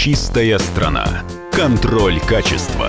Чистая страна. Контроль качества.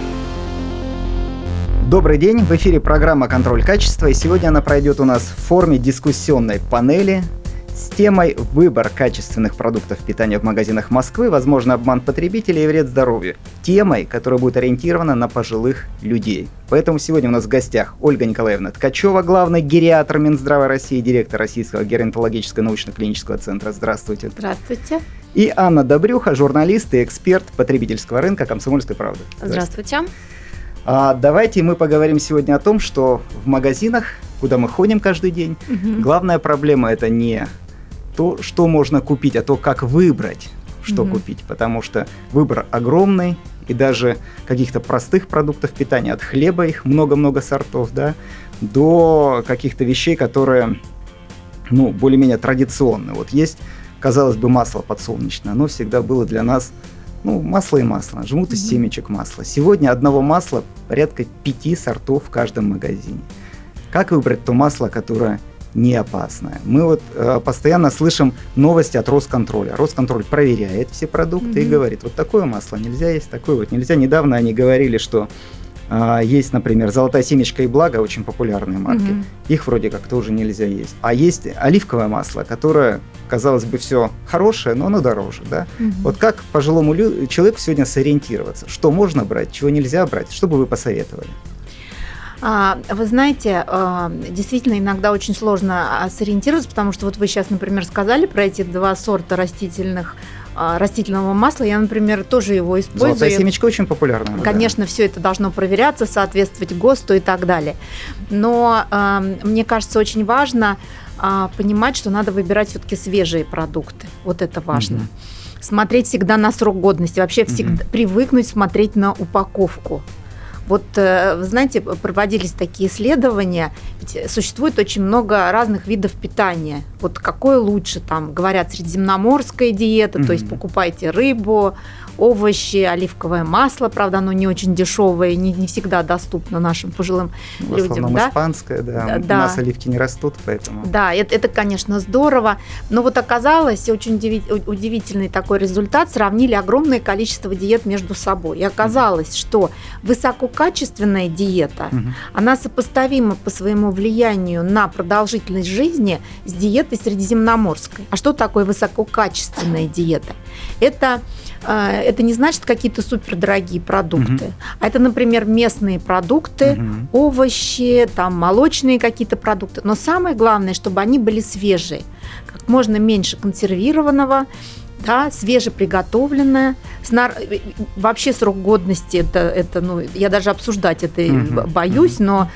Добрый день, в эфире программа «Контроль качества», и сегодня она пройдет у нас в форме дискуссионной панели с темой «Выбор качественных продуктов питания в магазинах Москвы, возможно, обман потребителей и вред здоровью». Темой, которая будет ориентирована на пожилых людей. Поэтому сегодня у нас в гостях Ольга Николаевна Ткачева, главный гериатр Минздрава России, директор Российского геронтологического научно-клинического центра. Здравствуйте. Здравствуйте. И Анна Добрюха, журналист и эксперт потребительского рынка «Комсомольской правды». Здравствуйте. Давайте мы поговорим сегодня о том, что в магазинах, куда мы ходим каждый день, главная проблема – это не то, что можно купить, а то, как выбрать, что купить. Потому что выбор огромный, и даже каких-то простых продуктов питания, от хлеба их много-много сортов, да, до каких-то вещей, которые, более-менее традиционные. Вот есть, казалось бы, масло подсолнечное, оно всегда было для нас масло и масло, жмут из семечек масла. Сегодня одного масла порядка 5 сортов в каждом магазине. Как выбрать то масло, которое не опасное? Мы постоянно слышим новости от Росконтроля. Росконтроль проверяет все продукты и говорит, вот такое масло нельзя есть, такое вот нельзя. Недавно они говорили, что есть, например, «Золотая семечка» и «Благо», очень популярные марки. Их вроде как тоже нельзя есть. А есть оливковое масло, которое, казалось бы, все хорошее, но оно дороже. Да? Вот как пожилому человеку сегодня сориентироваться? Что можно брать, чего нельзя брать? Что бы вы посоветовали? Вы знаете, действительно, иногда очень сложно сориентироваться, потому что вот вы сейчас, например, сказали про эти 2 сорта растительного масла. Я, например, тоже его использую. «Золотая семечка» очень популярна. Конечно, все это должно проверяться, соответствовать ГОСТу и так далее. Но мне кажется, очень важно понимать, что надо выбирать все-таки свежие продукты. Вот это важно. Смотреть всегда на срок годности. Вообще всегда привыкнуть смотреть на упаковку. Вот, вы знаете, проводились такие исследования, ведь существует очень много разных видов питания. Вот какое лучше, там, говорят, средиземноморская диета, то есть покупайте рыбу, овощи, оливковое масло, правда, оно не очень дешевое и не всегда доступно нашим пожилым людям. В основном испанское, да. У нас оливки не растут, поэтому... Да, это, конечно, здорово, но вот оказалось, очень удивительный такой результат, сравнили огромное количество диет между собой, и оказалось, что высококачественная диета, она сопоставима по своему влиянию на продолжительность жизни с диетой средиземноморской. А что такое высококачественная диета? Это не значит какие-то супердорогие продукты, а это, например, местные продукты, овощи, там, молочные какие-то продукты. Но самое главное, чтобы они были свежие, как можно меньше консервированного, да, свежеприготовленное. Вообще срок годности, я даже обсуждать это боюсь, но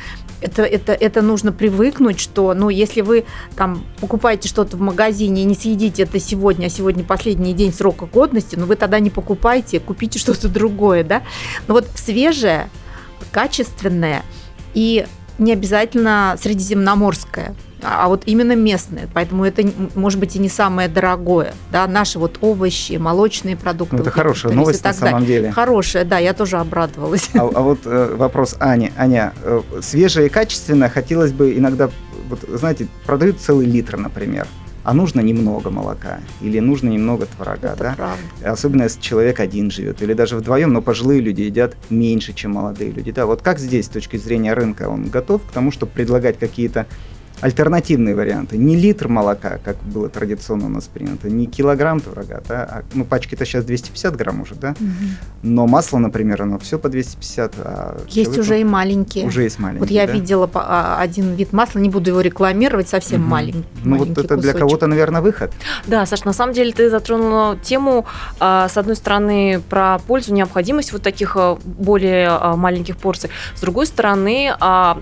это нужно привыкнуть, что, если вы там покупаете что-то в магазине и не съедите это сегодня, а сегодня последний день срока годности, вы тогда не покупайте, купите что-то другое, да. Но вот свежее, качественное и не обязательно средиземноморское, а вот именно местное. Поэтому это, может быть, и не самое дорогое. Да? Наши вот овощи, молочные продукты. Это хорошая новость на самом деле. Хорошая, да, я тоже обрадовалась. А вот вопрос Ани. Аня, свежее и качественное хотелось бы иногда, знаете, продают целый литр, например, а нужно немного молока или нужно немного творога, это да? Правда. Особенно если человек один живет или даже вдвоем, но пожилые люди едят меньше, чем молодые люди. Да? Вот как здесь, с точки зрения рынка, он готов к тому, чтобы предлагать какие-то альтернативные варианты? Не литр молока, как было традиционно у нас принято, не килограмм творога, да? Пачки-то сейчас 250 грамм уже, да? Но масло, например, оно все по 250. Есть уже и маленькие. Уже есть маленькие, вот я видела один вид масла, не буду его рекламировать, совсем маленький. Вот это кусочек. Для кого-то, наверное, выход. Да, Саш, на самом деле ты затронула тему, с одной стороны, про пользу, необходимость вот таких более маленьких порций. С другой стороны,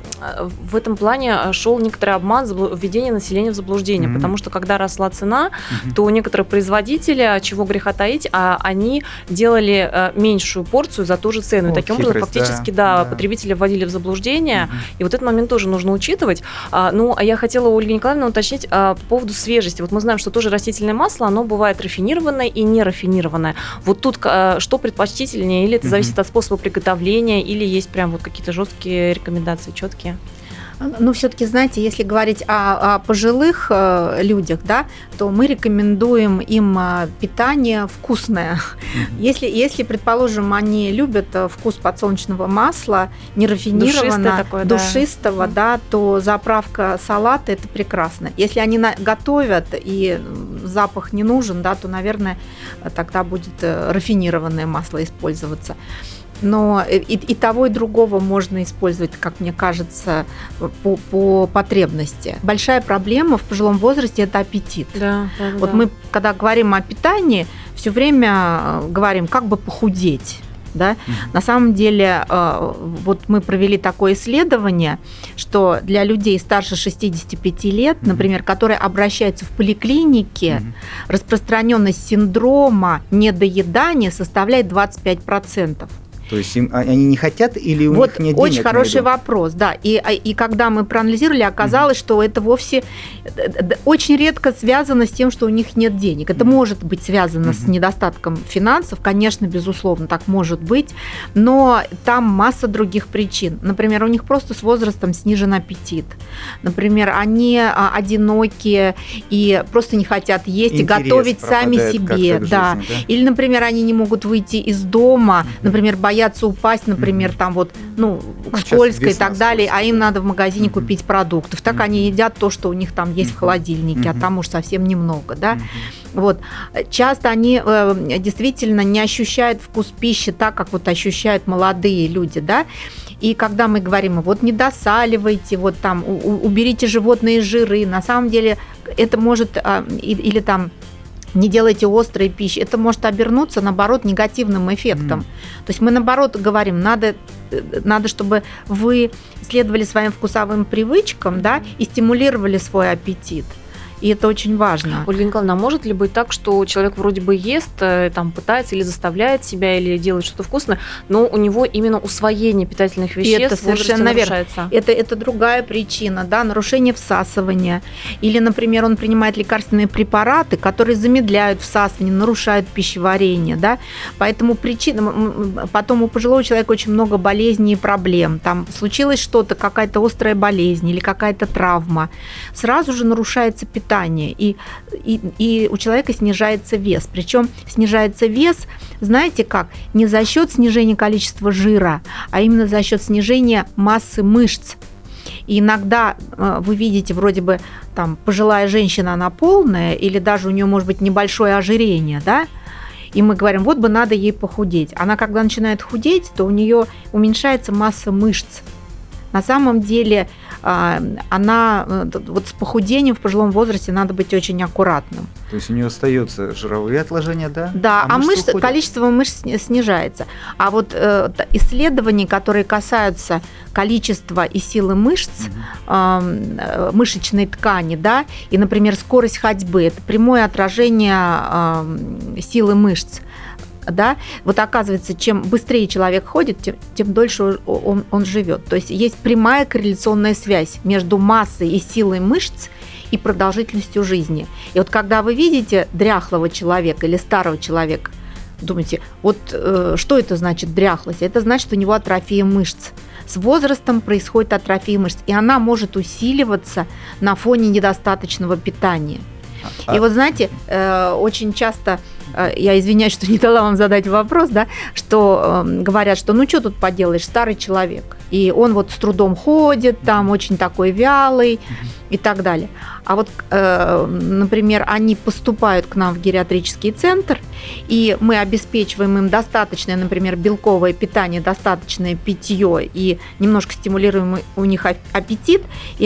в этом плане шел некоторый обман, введение населения в заблуждение, потому что когда росла цена, то некоторые производители, чего греха таить, они делали меньшую порцию за ту же цену. И таким образом, фактически, потребители вводили в заблуждение, и вот этот момент тоже нужно учитывать. А я хотела у Ольги Николаевны уточнить по поводу свежести. Вот мы знаем, что тоже растительное масло, оно бывает рафинированное и нерафинированное. Вот тут что предпочтительнее, или это зависит от способа приготовления, или есть прям вот какие-то жесткие рекомендации, четкие? Ну, все-таки, знаете, если говорить о пожилых людях, да, то мы рекомендуем им питание вкусное. Если, предположим, они любят вкус подсолнечного масла, нерафинированного, душистого, да, то заправка салата – это прекрасно. Если они готовят и запах не нужен, да, то, наверное, тогда будет рафинированное масло использоваться. Но и того, и другого можно использовать, как мне кажется, по потребности. Большая проблема в пожилом возрасте – это аппетит. Вот мы, когда говорим о питании, все время говорим, как бы похудеть. Да? На самом деле, вот мы провели такое исследование, что для людей старше 65 лет, например, которые обращаются в поликлинике, распространенность синдрома недоедания составляет 25%. То есть они не хотят или у них нет денег? Очень хороший вопрос, да. И когда мы проанализировали, оказалось, что это вовсе очень редко связано с тем, что у них нет денег. Это может быть связано с недостатком финансов, конечно, безусловно, так может быть, но там масса других причин. Например, у них просто с возрастом снижен аппетит. Например, они одинокие и просто не хотят есть и готовить сами себе. Да. Жизни, да? Или, например, они не могут выйти из дома, например, боятся упасть, например, там вот, скользко и так далее, а им надо в магазине купить продуктов. Так они едят то, что у них там есть в холодильнике, а там уж совсем немного, да. Вот. Часто они действительно не ощущают вкус пищи так, как вот ощущают молодые люди, да. И когда мы говорим, вот не досаливайте, вот там уберите животные жиры, на самом деле это может, или там не делайте острой пищи, это может обернуться, наоборот, негативным эффектом. То есть мы, наоборот, говорим, надо, чтобы вы следовали своим вкусовым привычкам, да, и стимулировали свой аппетит. И это очень важно. Ольга Николаевна, а может ли быть так, что человек вроде бы ест, там, пытается или заставляет себя, или делает что-то вкусное, но у него именно усвоение питательных веществ это совершенно нарушается? Это другая причина, да, нарушение всасывания. Или, например, он принимает лекарственные препараты, которые замедляют всасывание, нарушают пищеварение, да. Поэтому потом у пожилого человека очень много болезней и проблем. Там случилось что-то, какая-то острая болезнь или какая-то травма. Сразу же нарушается питание. И у человека снижается вес. Причем снижается вес, знаете как? Не за счет снижения количества жира, а именно за счет снижения массы мышц. И иногда вы видите, вроде бы там пожилая женщина, она полная, или даже у нее может быть небольшое ожирение, да? И мы говорим, вот бы надо ей похудеть. Она когда начинает худеть, то у нее уменьшается масса мышц. На самом деле вот с похудением в пожилом возрасте надо быть очень аккуратным. То есть у нее остаются жировые отложения, да? Да, количество мышц снижается. А вот исследования, которые касаются количества и силы мышц, мышечной ткани, да, и, например, скорость ходьбы, это прямое отражение силы мышц. Да? Вот оказывается, чем быстрее человек ходит, тем дольше он живет. То есть есть прямая корреляционная связь между массой и силой мышц и продолжительностью жизни. И вот когда вы видите дряхлого человека или старого человека, думаете, вот что это значит дряхлость? Это значит, у него атрофия мышц. С возрастом происходит атрофия мышц, и она может усиливаться на фоне недостаточного питания. И вот знаете, очень часто, я извиняюсь, что не дала вам задать вопрос, да, что говорят, что ну что тут поделаешь, старый человек, и он вот с трудом ходит, там очень такой вялый и так далее. А вот, например, они поступают к нам в гериатрический центр, и мы обеспечиваем им достаточное, например, белковое питание, достаточное питье, и немножко стимулируем у них аппетит, и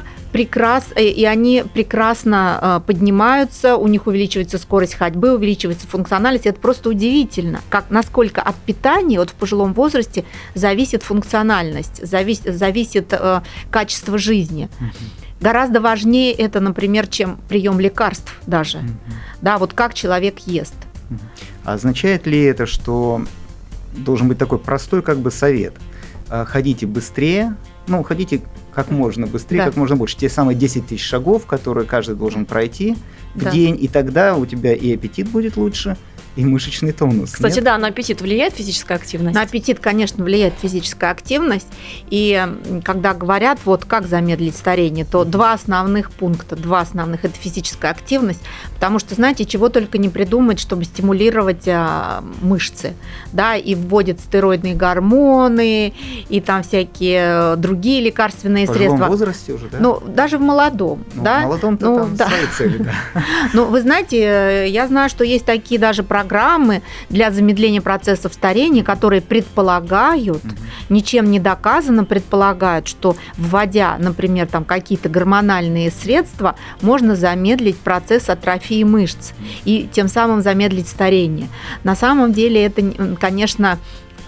они прекрасно поднимаются, у них увеличивается скорость ходьбы, увеличивается функциональность. Это просто удивительно, насколько от питания вот в пожилом возрасте зависит функциональность, зависит качество жизни. Гораздо важнее это, например, чем прием лекарств даже. Да, вот как человек ест. А означает ли это, что должен быть такой простой как бы совет? Ходите быстрее, ходите как можно быстрее, Да. как можно больше. Те самые 10 тысяч шагов, которые каждый должен пройти в Да. день, и тогда у тебя и аппетит будет лучше, и мышечный тонус. Кстати, нет? да, на аппетит влияет физическая активность? На аппетит, конечно, влияет физическая активность. И когда говорят, вот как замедлить старение, то два основных пункта. Это физическая активность. Потому что, знаете, чего только не придумать, чтобы стимулировать мышцы. Да, и вводят стероидные гормоны, и там всякие другие лекарственные В пожилом средства. возрасте уже, да? Ну, даже в молодом. Ну, да? в молодом-то Ну, там да. свои цели, да. Ну, вы знаете, я знаю, что есть такие даже программы для замедления процессов старения, которые предполагают, ничем не доказано, предполагают, что вводя, например, там какие-то гормональные средства, можно замедлить процесс атрофии мышц и тем самым замедлить старение. На самом деле это, конечно,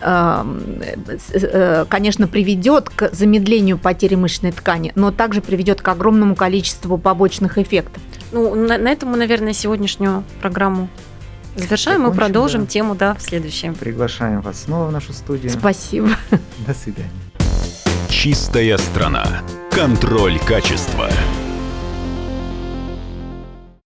приведет к замедлению потери мышечной ткани, но также приведет к огромному количеству побочных эффектов. Ну, на этом мы, наверное, сегодняшнюю программу завершаем. Мы Закончим, продолжим да. тему, да, в следующем. Приглашаем вас снова в нашу студию. Спасибо. До свидания. Чистая страна. Контроль качества.